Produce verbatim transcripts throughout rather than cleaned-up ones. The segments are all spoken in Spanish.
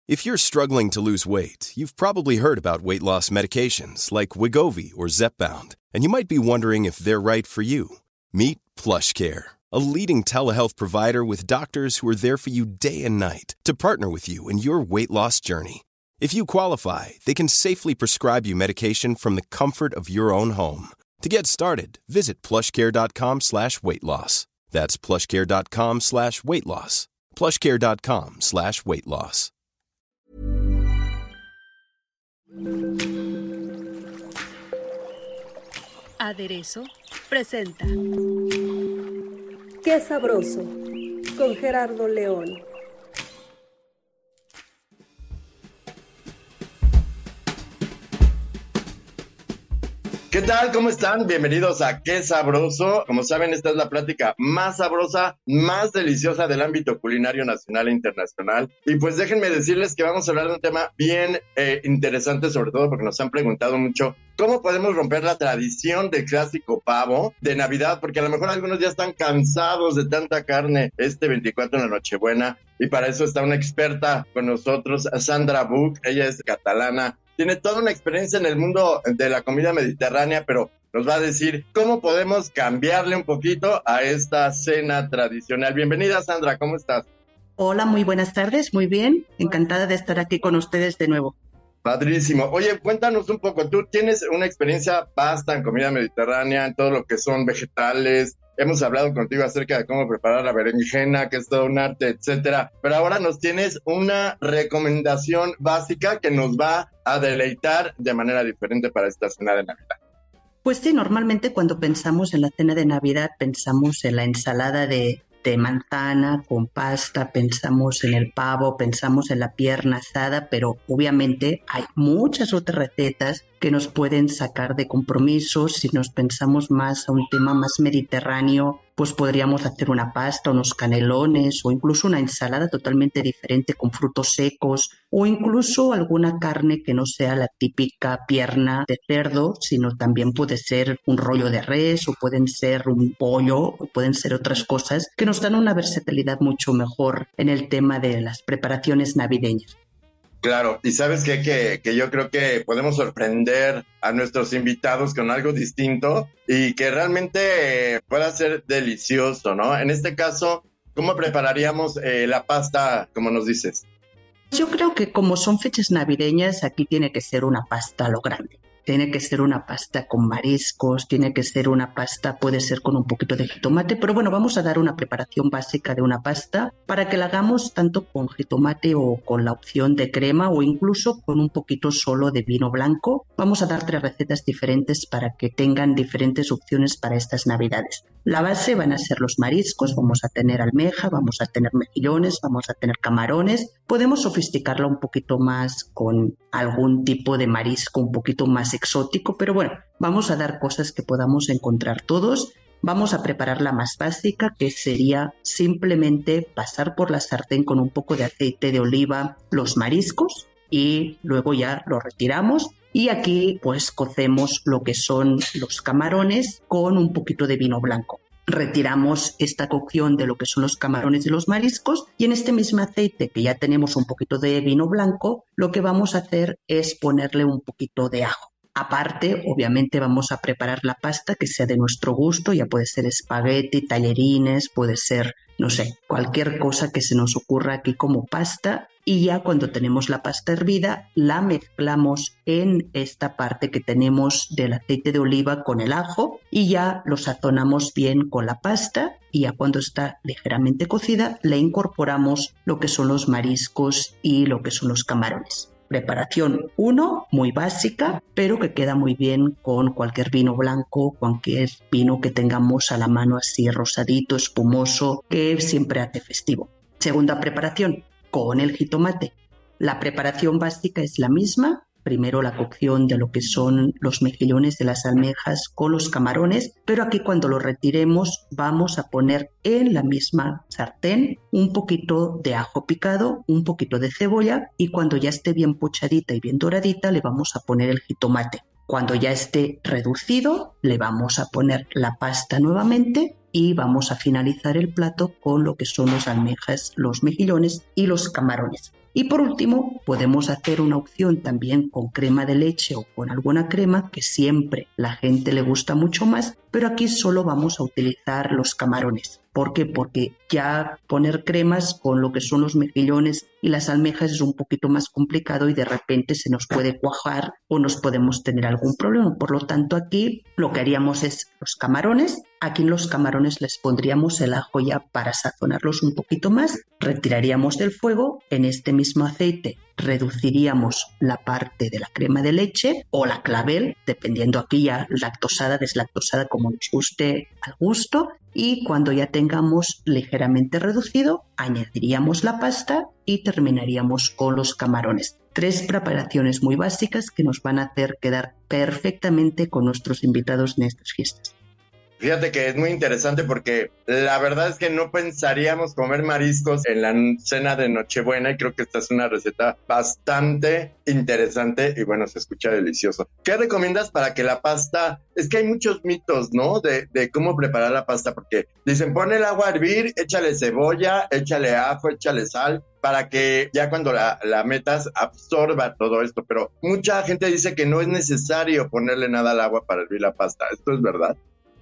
If you're struggling to lose weight, you've probably heard about weight loss medications like Wegovy or Zepbound, and you might be wondering if they're right for you. Meet PlushCare, a leading telehealth provider with doctors who are there for you day and night to partner with you in your weight loss journey. If you qualify, they can safely prescribe you medication from the comfort of your own home. To get started, visit plushcare.com slash weight loss. That's plushcare.com slash weight loss. plushcare.com slash weight loss. Aderezo presenta Qué sabroso, con Gerardo León. ¿Qué tal? ¿Cómo están? Bienvenidos a Qué Sabroso. Como saben, esta es la plática más sabrosa, más deliciosa del ámbito culinario nacional e internacional. Y pues déjenme decirles que vamos a hablar de un tema bien eh, interesante, sobre todo porque nos han preguntado mucho cómo podemos romper la tradición del clásico pavo de Navidad, porque a lo mejor algunos ya están cansados de tanta carne este veinticuatro en la Nochebuena. Y para eso está una experta con nosotros, Sandra Buch. Ella es catalana. Tiene toda una experiencia en el mundo de la comida mediterránea, pero nos va a decir cómo podemos cambiarle un poquito a esta cena tradicional. Bienvenida, Sandra, ¿cómo estás? Hola, muy buenas tardes, muy bien. Encantada de estar aquí con ustedes de nuevo. Padrísimo. Oye, cuéntanos un poco. Tú tienes una experiencia vasta en comida mediterránea, en todo lo que son vegetales. Hemos hablado contigo acerca de cómo preparar la berenjena, que es todo un arte, etcétera. Pero ahora nos tienes una recomendación básica que nos va a deleitar de manera diferente para esta cena de Navidad. Pues sí, normalmente cuando pensamos en la cena de Navidad pensamos en la ensalada de, de manzana con pasta, pensamos en el pavo, pensamos en la pierna asada, pero obviamente hay muchas otras recetas que nos pueden sacar de compromisos. Si nos pensamos más a un tema más mediterráneo, pues podríamos hacer una pasta, unos canelones o incluso una ensalada totalmente diferente con frutos secos o incluso alguna carne que no sea la típica pierna de cerdo, sino también puede ser un rollo de res o pueden ser un pollo o pueden ser otras cosas que nos dan una versatilidad mucho mejor en el tema de las preparaciones navideñas. Claro, y ¿sabes qué? Que, que yo creo que podemos sorprender a nuestros invitados con algo distinto y que realmente pueda ser delicioso, ¿no? En este caso, ¿cómo prepararíamos eh, la pasta, como nos dices? Yo creo que como son fechas navideñas, aquí tiene que ser una pasta a lo grande. Tiene que ser una pasta con mariscos, tiene que ser una pasta, puede ser con un poquito de jitomate, pero bueno, vamos a dar una preparación básica de una pasta para que la hagamos tanto con jitomate o con la opción de crema o incluso con un poquito solo de vino blanco. Vamos a dar tres recetas diferentes para que tengan diferentes opciones para estas Navidades. La base van a ser los mariscos, vamos a tener almeja, vamos a tener mejillones, vamos a tener camarones. Podemos sofisticarla un poquito más con algún tipo de marisco un poquito más exótico, pero bueno, vamos a dar cosas que podamos encontrar todos. Vamos a preparar la más básica, que sería simplemente pasar por la sartén con un poco de aceite de oliva los mariscos y luego ya los retiramos. Y aquí pues cocemos lo que son los camarones con un poquito de vino blanco. Retiramos esta cocción de lo que son los camarones y los mariscos y en este mismo aceite que ya tenemos un poquito de vino blanco, lo que vamos a hacer es ponerle un poquito de ajo. Aparte, obviamente vamos a preparar la pasta que sea de nuestro gusto, ya puede ser espagueti, tallarines, puede ser, no sé, cualquier cosa que se nos ocurra aquí como pasta. Y ya cuando tenemos la pasta hervida, la mezclamos en esta parte que tenemos del aceite de oliva con el ajo y ya lo sazonamos bien con la pasta y ya cuando está ligeramente cocida le incorporamos lo que son los mariscos y lo que son los camarones. Preparación uno, muy básica, pero que queda muy bien con cualquier vino blanco, cualquier vino que tengamos a la mano así rosadito, espumoso, que siempre hace festivo. Segunda preparación, con el jitomate. La preparación básica es la misma. Primero la cocción de lo que son los mejillones de las almejas con los camarones, pero aquí cuando lo retiremos vamos a poner en la misma sartén un poquito de ajo picado, un poquito de cebolla y cuando ya esté bien pochadita y bien doradita le vamos a poner el jitomate. Cuando ya esté reducido le vamos a poner la pasta nuevamente y vamos a finalizar el plato con lo que son las almejas, los mejillones y los camarones. Y por último, podemos hacer una opción también con crema de leche o con alguna crema que siempre la gente le gusta mucho más, pero aquí solo vamos a utilizar los camarones. ¿Por qué? Porque ya poner cremas con lo que son los mejillones y las almejas es un poquito más complicado y de repente se nos puede cuajar o nos podemos tener algún problema. Por lo tanto, aquí lo que haríamos es los camarones. Aquí en los camarones les pondríamos el ajo ya para sazonarlos un poquito más. Retiraríamos del fuego. En este mismo aceite reduciríamos la parte de la crema de leche o la clavel, dependiendo aquí ya lactosada, deslactosada, como nos guste al gusto. Y cuando ya tengamos ligeramente reducido, añadiríamos la pasta y terminaríamos con los camarones. Tres preparaciones muy básicas que nos van a hacer quedar perfectamente con nuestros invitados en estas fiestas. Fíjate que es muy interesante porque la verdad es que no pensaríamos comer mariscos en la cena de Nochebuena y creo que esta es una receta bastante interesante y bueno, se escucha delicioso. ¿Qué recomiendas para que la pasta? Es que hay muchos mitos, ¿no? De, de cómo preparar la pasta porque dicen pon el agua a hervir, échale cebolla, échale ajo, échale sal para que ya cuando la, la metas absorba todo esto, pero mucha gente dice que no es necesario ponerle nada al agua para hervir la pasta. ¿Esto es verdad?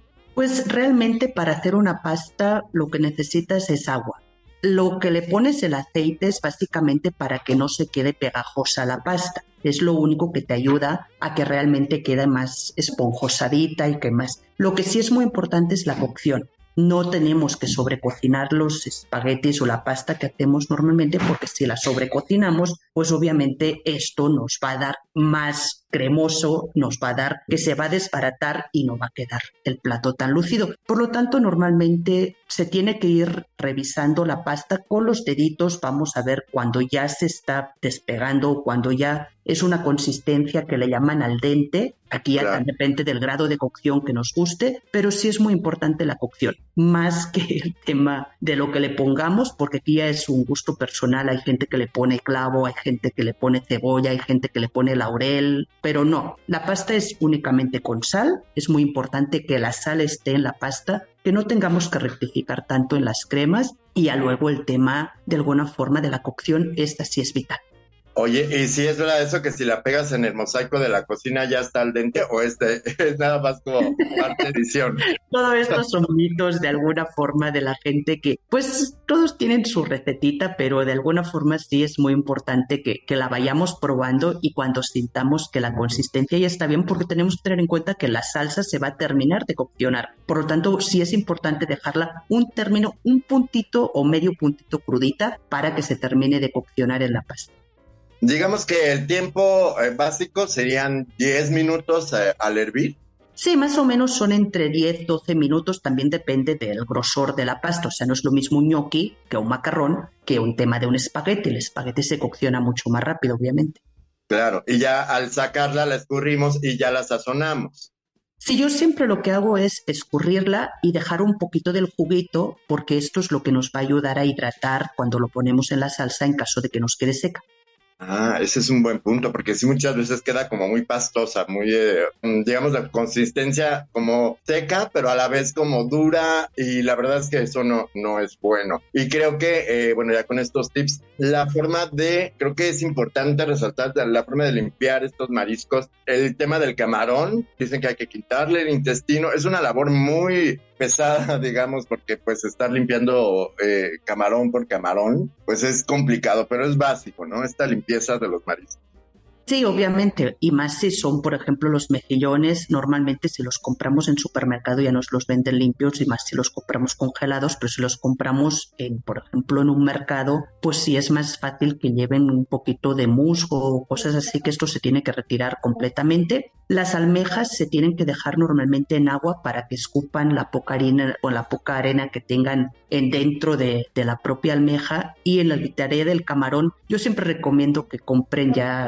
Pues realmente para hacer una pasta lo que necesitas es agua. Lo que le pones el aceite es básicamente para que no se quede pegajosa la pasta. Es lo único que te ayuda a que realmente quede más esponjosadita y que más. Lo que sí es muy importante es la cocción. No tenemos que sobrecocinar los espaguetis o la pasta que hacemos normalmente porque si la sobrecocinamos, pues obviamente esto nos va a dar más cremoso, nos va a dar que se va a desbaratar y no va a quedar el plato tan lúcido. Por lo tanto, normalmente se tiene que ir revisando la pasta con los deditos. Vamos a ver cuando ya se está despegando, cuando ya es una consistencia que le llaman al dente. Aquí ya claro. Depende del grado de cocción que nos guste, pero sí es muy importante la cocción, más que el tema de lo que le pongamos, porque aquí ya es un gusto personal. Hay gente que le pone clavo, hay gente que le pone cebolla, hay gente que le pone laurel, pero no, la pasta es únicamente con sal. Es muy importante que la sal esté en la pasta, que no tengamos que rectificar tanto en las cremas y ya luego el tema de alguna forma de la cocción, esta sí es vital. Oye, ¿y si es verdad eso que si la pegas en el mosaico de la cocina ya está al dente o este es nada más como parte de edición? Todo esto son mitos de alguna forma de la gente que, pues todos tienen su recetita, pero de alguna forma sí es muy importante que, que la vayamos probando y cuando sintamos que la consistencia ya está bien, porque tenemos que tener en cuenta que la salsa se va a terminar de coccionar. Por lo tanto, sí es importante dejarla un término, un puntito o medio puntito crudita para que se termine de coccionar en la pasta. Digamos que el tiempo eh, básico serían diez minutos eh, al hervir. Sí, más o menos son entre diez, doce minutos, también depende del grosor de la pasta. O sea, no es lo mismo un gnocchi que un macarrón que un tema de un espagueti. El espagueti se cocciona mucho más rápido, obviamente. Claro, y ya al sacarla la escurrimos y ya la sazonamos. Sí, yo siempre lo que hago es escurrirla y dejar un poquito del juguito, porque esto es lo que nos va a ayudar a hidratar cuando lo ponemos en la salsa en caso de que nos quede seca. Ah, ese es un buen punto, porque sí muchas veces queda como muy pastosa, muy, eh, digamos, de consistencia como seca, pero a la vez como dura, y la verdad es que eso no, no es bueno. Y creo que, eh, bueno, ya con estos tips, la forma de, creo que es importante resaltar la forma de limpiar estos mariscos. El tema del camarón, dicen que hay que quitarle el intestino, es una labor muy pesada, digamos, porque pues estar limpiando eh, camarón por camarón, pues es complicado, pero es básico, ¿no? Esta limpieza de los mariscos. Sí, obviamente, y más si son, por ejemplo, los mejillones, normalmente si los compramos en supermercado ya nos los venden limpios, y más si los compramos congelados, pero si los compramos, en, por ejemplo, en un mercado, pues sí es más fácil que lleven un poquito de musgo o cosas así, que esto se tiene que retirar completamente. Las almejas se tienen que dejar normalmente en agua para que escupan la poca harina o la poca arena que tengan en dentro de, de la propia almeja. Y en la tarea del camarón, yo siempre recomiendo que compren ya la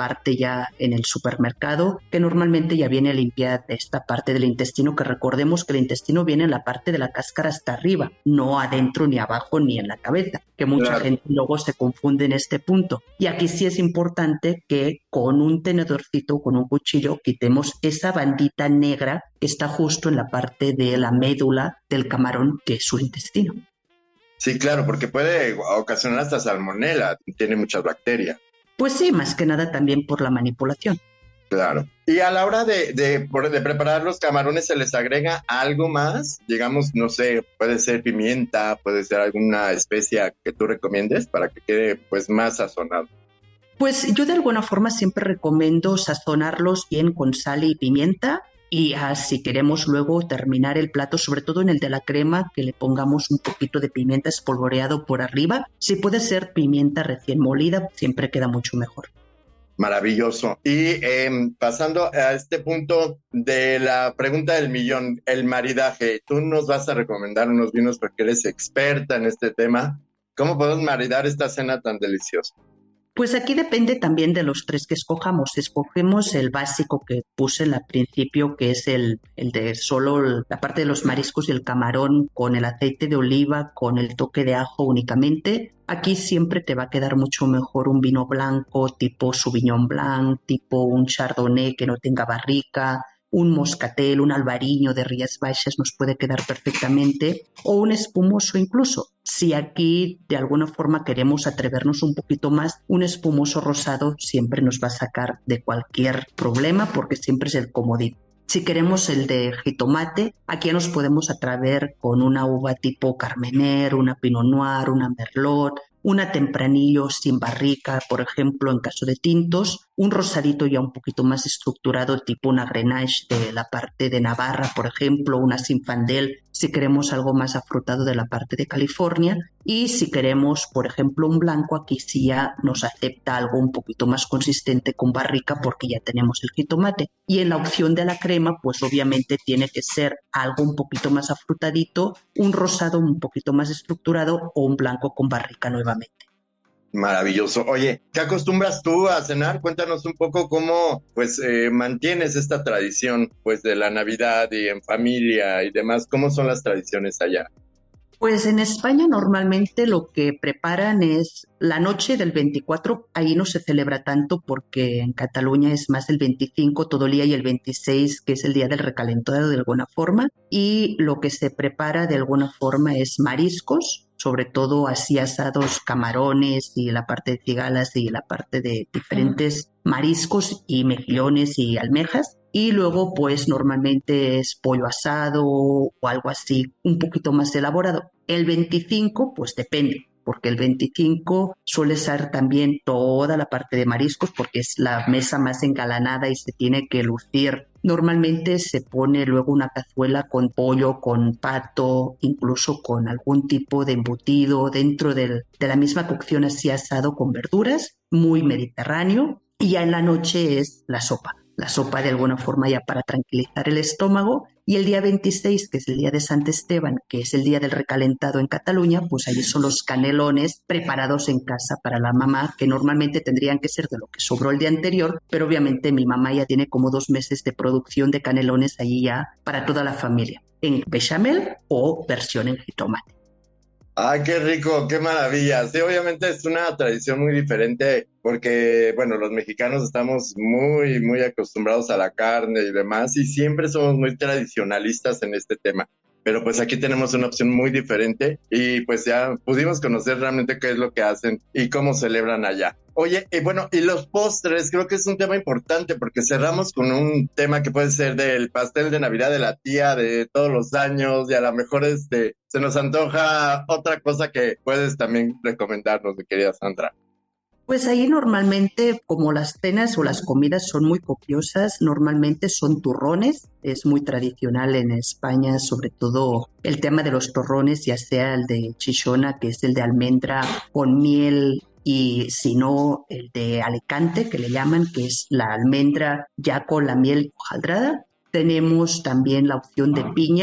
parte ya en el supermercado, que normalmente ya viene limpiada esta parte del intestino, que recordemos que el intestino viene en la parte de la cáscara hasta arriba, no adentro ni abajo ni en la cabeza, que mucha Claro. gente luego se confunde en este punto. Y aquí sí es importante que con un tenedorcito, con un cuchillo, quitemos esa bandita negra que está justo en la parte de la médula del camarón, que es su intestino. Sí, claro, porque puede ocasionar hasta salmonela, tiene muchas bacterias. Pues sí, más que nada también por la manipulación. Claro. Y a la hora de, de, de preparar los camarones, ¿se les agrega algo más? Digamos, no sé, puede ser pimienta, puede ser alguna especia que tú recomiendes para que quede pues más sazonado. Pues yo de alguna forma siempre recomiendo sazonarlos bien con sal y pimienta. Y ah, si queremos luego terminar el plato, sobre todo en el de la crema, que le pongamos un poquito de pimienta espolvoreado por arriba. Si puede ser pimienta recién molida, siempre queda mucho mejor. Maravilloso. Y eh, pasando a este punto de la pregunta del millón, el maridaje. Tú nos vas a recomendar unos vinos porque eres experta en este tema. ¿Cómo podemos maridar esta cena tan deliciosa? Pues aquí depende también de los tres que escojamos. Escogemos el básico que puse al principio, que es el, el de solo la parte de los mariscos y el camarón con el aceite de oliva, con el toque de ajo únicamente. Aquí siempre te va a quedar mucho mejor un vino blanco tipo Sauvignon Blanc, tipo un Chardonnay que no tenga barrica, un moscatel, un albariño de Rías Baixas nos puede quedar perfectamente, o un espumoso incluso. Si aquí de alguna forma queremos atrevernos un poquito más, un espumoso rosado siempre nos va a sacar de cualquier problema porque siempre es el comodín. Si queremos el de jitomate, aquí ya nos podemos atrever con una uva tipo Carmener, una Pinot Noir, una Merlot, una Tempranillo sin barrica, por ejemplo, en caso de tintos, un rosadito ya un poquito más estructurado, tipo una Grenache de la parte de Navarra, por ejemplo, una Zinfandel, si queremos algo más afrutado de la parte de California, y si queremos, por ejemplo, un blanco, aquí sí ya nos acepta algo un poquito más consistente con barrica porque ya tenemos el jitomate. Y en la opción de la crema, pues obviamente tiene que ser algo un poquito más afrutadito, un rosado un poquito más estructurado o un blanco con barrica nuevamente. Maravilloso. Oye, ¿qué acostumbras tú a cenar? Cuéntanos un poco cómo pues eh, mantienes esta tradición pues de la Navidad y en familia y demás. ¿Cómo son las tradiciones allá? Pues en España normalmente lo que preparan es la noche del veinticuatro, ahí no se celebra tanto porque en Cataluña es más el veinticinco todo el día y el veintiséis, que es el día del recalentado de alguna forma, y lo que se prepara de alguna forma es mariscos, sobre todo así asados, camarones y la parte de cigalas y la parte de diferentes mariscos y mejillones y almejas. Y luego pues normalmente es pollo asado o algo así un poquito más elaborado. El veinticinco pues depende, porque el veinticinco suele ser también toda la parte de mariscos porque es la mesa más engalanada y se tiene que lucir. Normalmente se pone luego una cazuela con pollo, con pato, incluso con algún tipo de embutido dentro del, de la misma cocción así asado con verduras, muy mediterráneo. Y ya en la noche es la sopa. La sopa de alguna forma ya para tranquilizar el estómago. Y el día veintiséis, que es el día de Sant Esteban, que es el día del recalentado en Cataluña, pues allí son los canelones preparados en casa para la mamá, que normalmente tendrían que ser de lo que sobró el día anterior, pero obviamente mi mamá ya tiene como dos meses de producción de canelones allí ya para toda la familia, en bechamel o versión en jitomate. ¡Ay, qué rico! ¡Qué maravilla! Sí, obviamente es una tradición muy diferente porque, bueno, los mexicanos estamos muy, muy acostumbrados a la carne y demás y siempre somos muy tradicionalistas en este tema. Pero pues aquí tenemos una opción muy diferente y pues ya pudimos conocer realmente qué es lo que hacen y cómo celebran allá. Oye, y bueno, y los postres, creo que es un tema importante porque cerramos con un tema que puede ser del pastel de Navidad de la tía de todos los años y a lo mejor este, se nos antoja otra cosa que puedes también recomendarnos, mi querida Sandra. Pues ahí normalmente, como las cenas o las comidas son muy copiosas, normalmente son turrones. Es muy tradicional en España, sobre todo el tema de los turrones, ya sea el de chichona, que es el de almendra con miel, y si no, el de Alicante, que le llaman, que es la almendra ya con la miel hojaldrada. Tenemos también la opción de piña,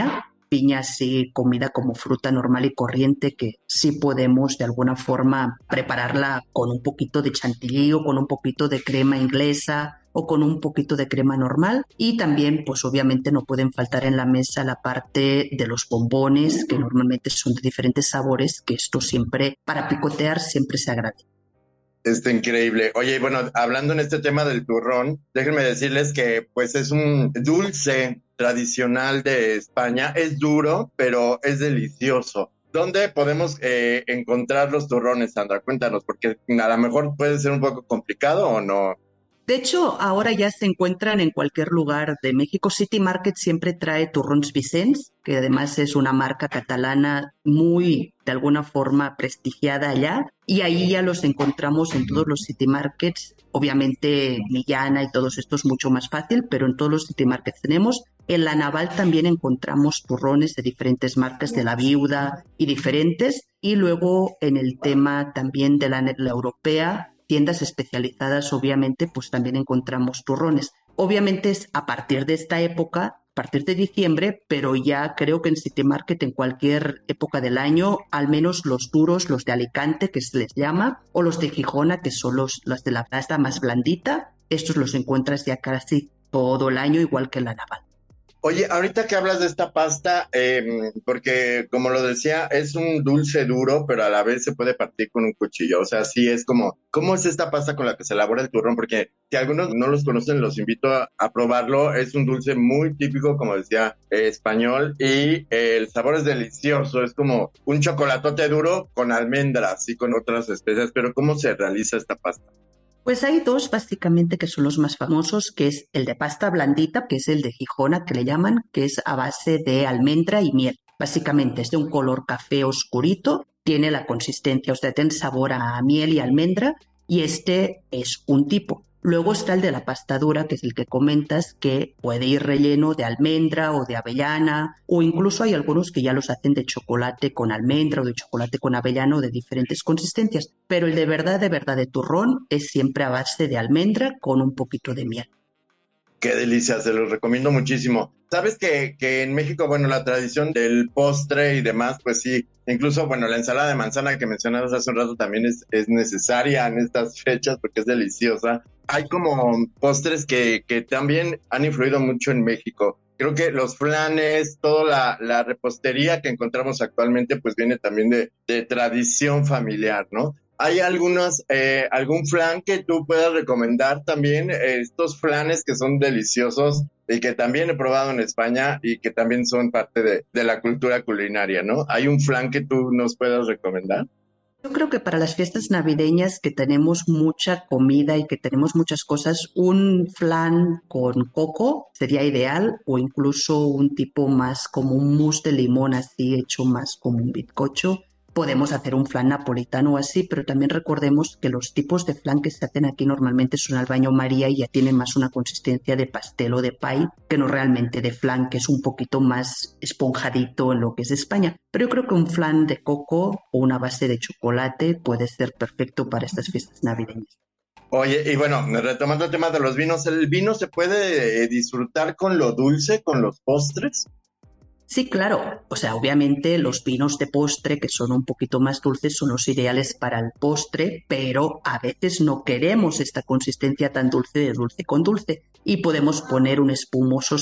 piña así comida como fruta normal y corriente, que sí podemos de alguna forma prepararla con un poquito de chantilly o con un poquito de crema inglesa o con un poquito de crema normal. Y también, pues obviamente no pueden faltar en la mesa la parte de los bombones, que normalmente son de diferentes sabores, que esto siempre, para picotear, siempre se agradece. Está increíble. Oye, bueno, hablando en este tema del turrón, déjenme decirles que pues es un dulce tradicional de España. Es duro, pero es delicioso. ¿Dónde podemos eh, encontrar los turrones, Sandra? Cuéntanos, porque a lo mejor puede ser un poco complicado o no. De hecho, ahora ya se encuentran en cualquier lugar de México. City Market siempre trae turrons Vicens, que además es una marca catalana muy, de alguna forma, prestigiada allá. Y ahí ya los encontramos en todos los City Markets. Obviamente, Millana y todos estos mucho más fácil, pero en todos los City Markets tenemos. En La Naval también encontramos turrones de diferentes marcas, de La Viuda y diferentes. Y luego en el tema también de la, la europea, tiendas especializadas, obviamente, pues también encontramos turrones. Obviamente es a partir de esta época, a partir de diciembre, pero ya creo que en City Market en cualquier época del año, al menos los duros, los de Alicante, que se les llama, o los de Gijona, que son los, los de la pasta más blandita, estos los encuentras ya casi todo el año, igual que en La Naval. Oye, ahorita que hablas de esta pasta, eh, porque como lo decía, es un dulce duro, pero a la vez se puede partir con un cuchillo. O sea, sí es como, ¿cómo es esta pasta con la que se elabora el turrón? Porque si algunos no los conocen, los invito a, a probarlo. Es un dulce muy típico, como decía, eh, español, y eh, el sabor es delicioso. Es como un chocolatote duro con almendras y con otras especias. Pero ¿cómo se realiza esta pasta? Pues hay dos básicamente que son los más famosos, que es el de pasta blandita, que es el de Gijona, que le llaman, que es a base de almendra y miel. Básicamente es de un color café oscurito, tiene la consistencia, o sea, tiene sabor a miel y almendra, y este es un tipo. Luego está el de la pasta dura, que es el que comentas, que puede ir relleno de almendra o de avellana, o incluso hay algunos que ya los hacen de chocolate con almendra o de chocolate con avellana o de diferentes consistencias. Pero el de verdad, de verdad, de turrón es siempre a base de almendra con un poquito de miel. Qué delicia, se los recomiendo muchísimo. Sabes que, que en México, bueno, la tradición del postre y demás, pues sí, incluso, bueno, la ensalada de manzana que mencionabas hace un rato también es, es necesaria en estas fechas porque es deliciosa. Hay como postres que, que también han influido mucho en México. Creo que los flanes, toda la, la repostería que encontramos actualmente, pues viene también de, de tradición familiar, ¿no? ¿Hay algunos, eh, algún flan que tú puedas recomendar también? Eh, estos flanes que son deliciosos y que también he probado en España y que también son parte de, de la cultura culinaria, ¿no? ¿Hay un flan que tú nos puedas recomendar? Yo creo que para las fiestas navideñas que tenemos mucha comida y que tenemos muchas cosas, un flan con coco sería ideal, o incluso un tipo más como un mousse de limón así hecho más como un bizcocho. Podemos hacer un flan napolitano o así, pero también recordemos que los tipos de flan que se hacen aquí normalmente son al baño María y ya tienen más una consistencia de pastel o de pie que no realmente de flan, que es un poquito más esponjadito en lo que es España. Pero yo creo que un flan de coco o una base de chocolate puede ser perfecto para estas fiestas navideñas. Oye, y bueno, retomando el tema de los vinos, ¿el vino se puede eh, disfrutar con lo dulce, con los postres? Sí, claro. O sea, obviamente los vinos de postre, que son un poquito más dulces, son los ideales para el postre, pero a veces no queremos esta consistencia tan dulce de dulce con dulce. Y podemos poner un espumoso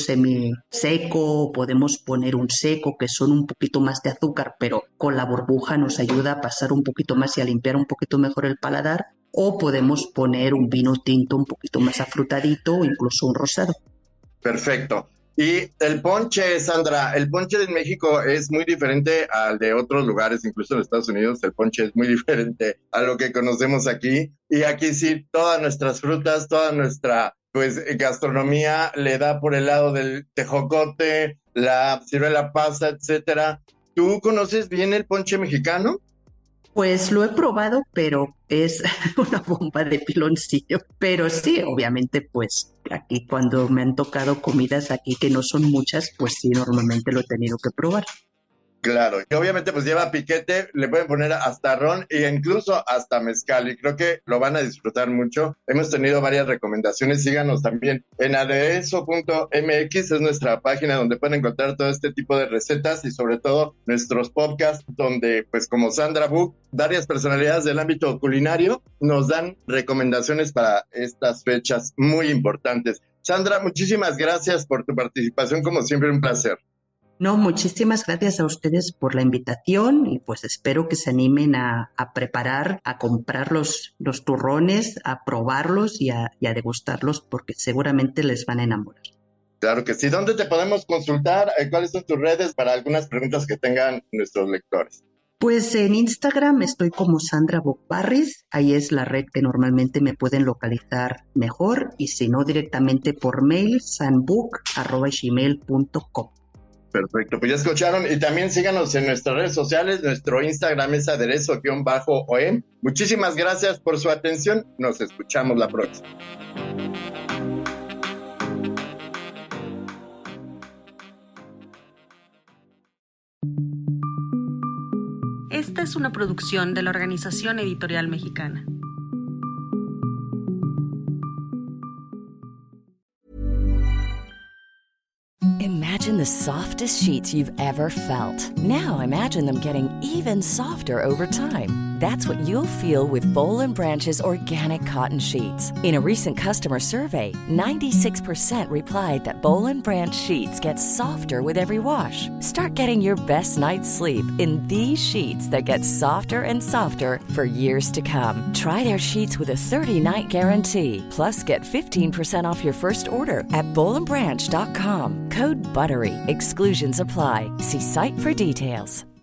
semiseco, podemos poner un seco, que son un poquito más de azúcar, pero con la burbuja nos ayuda a pasar un poquito más y a limpiar un poquito mejor el paladar. O podemos poner un vino tinto un poquito más afrutadito o incluso un rosado. Perfecto. Y el ponche, Sandra, el ponche de México es muy diferente al de otros lugares, incluso en Estados Unidos el ponche es muy diferente a lo que conocemos aquí. Y aquí sí, todas nuestras frutas, toda nuestra pues gastronomía le da por el lado del tejocote, la ciruela pasa, etcétera. ¿Tú conoces bien el ponche mexicano? Pues lo he probado, pero es una bomba de piloncillo. Pero sí, obviamente, pues aquí cuando me han tocado comidas aquí que no son muchas, pues sí, normalmente lo he tenido que probar. Claro, y obviamente pues lleva piquete, le pueden poner hasta ron e incluso hasta mezcal y creo que lo van a disfrutar mucho. Hemos tenido varias recomendaciones, síganos también en aderezo punto m x, es nuestra página donde pueden encontrar todo este tipo de recetas y sobre todo nuestros podcasts donde pues como Sandra Book, varias personalidades del ámbito culinario nos dan recomendaciones para estas fechas muy importantes. Sandra, muchísimas gracias por tu participación, como siempre un placer. No, muchísimas gracias a ustedes por la invitación y pues espero que se animen a, a preparar, a comprar los, los turrones, a probarlos y a, y a degustarlos porque seguramente les van a enamorar. Claro que sí. ¿Dónde te podemos consultar? ¿Cuáles son tus redes para algunas preguntas que tengan nuestros lectores? Pues en Instagram estoy como Sandra Bookbarris, ahí es la red que normalmente me pueden localizar mejor y si no directamente por mail, sandbook arroba gmail punto com. Perfecto, pues ya escucharon y también síganos en nuestras redes sociales, nuestro Instagram es aderezo-o m. Muchísimas gracias por su atención, nos escuchamos la próxima. Esta es una producción de la Organización Editorial Mexicana. Imagine the softest sheets you've ever felt. Now imagine them getting even softer over time. That's what you'll feel with Boll and Branch's organic cotton sheets. In a recent customer survey, ninety-six percent replied that Boll and Branch sheets get softer with every wash. Start getting your best night's sleep in these sheets that get softer and softer for years to come. Try their sheets with a thirty-night guarantee. Plus, get fifteen percent off your first order at boll and branch dot com. Code BUTTERY. Exclusions apply. See site for details.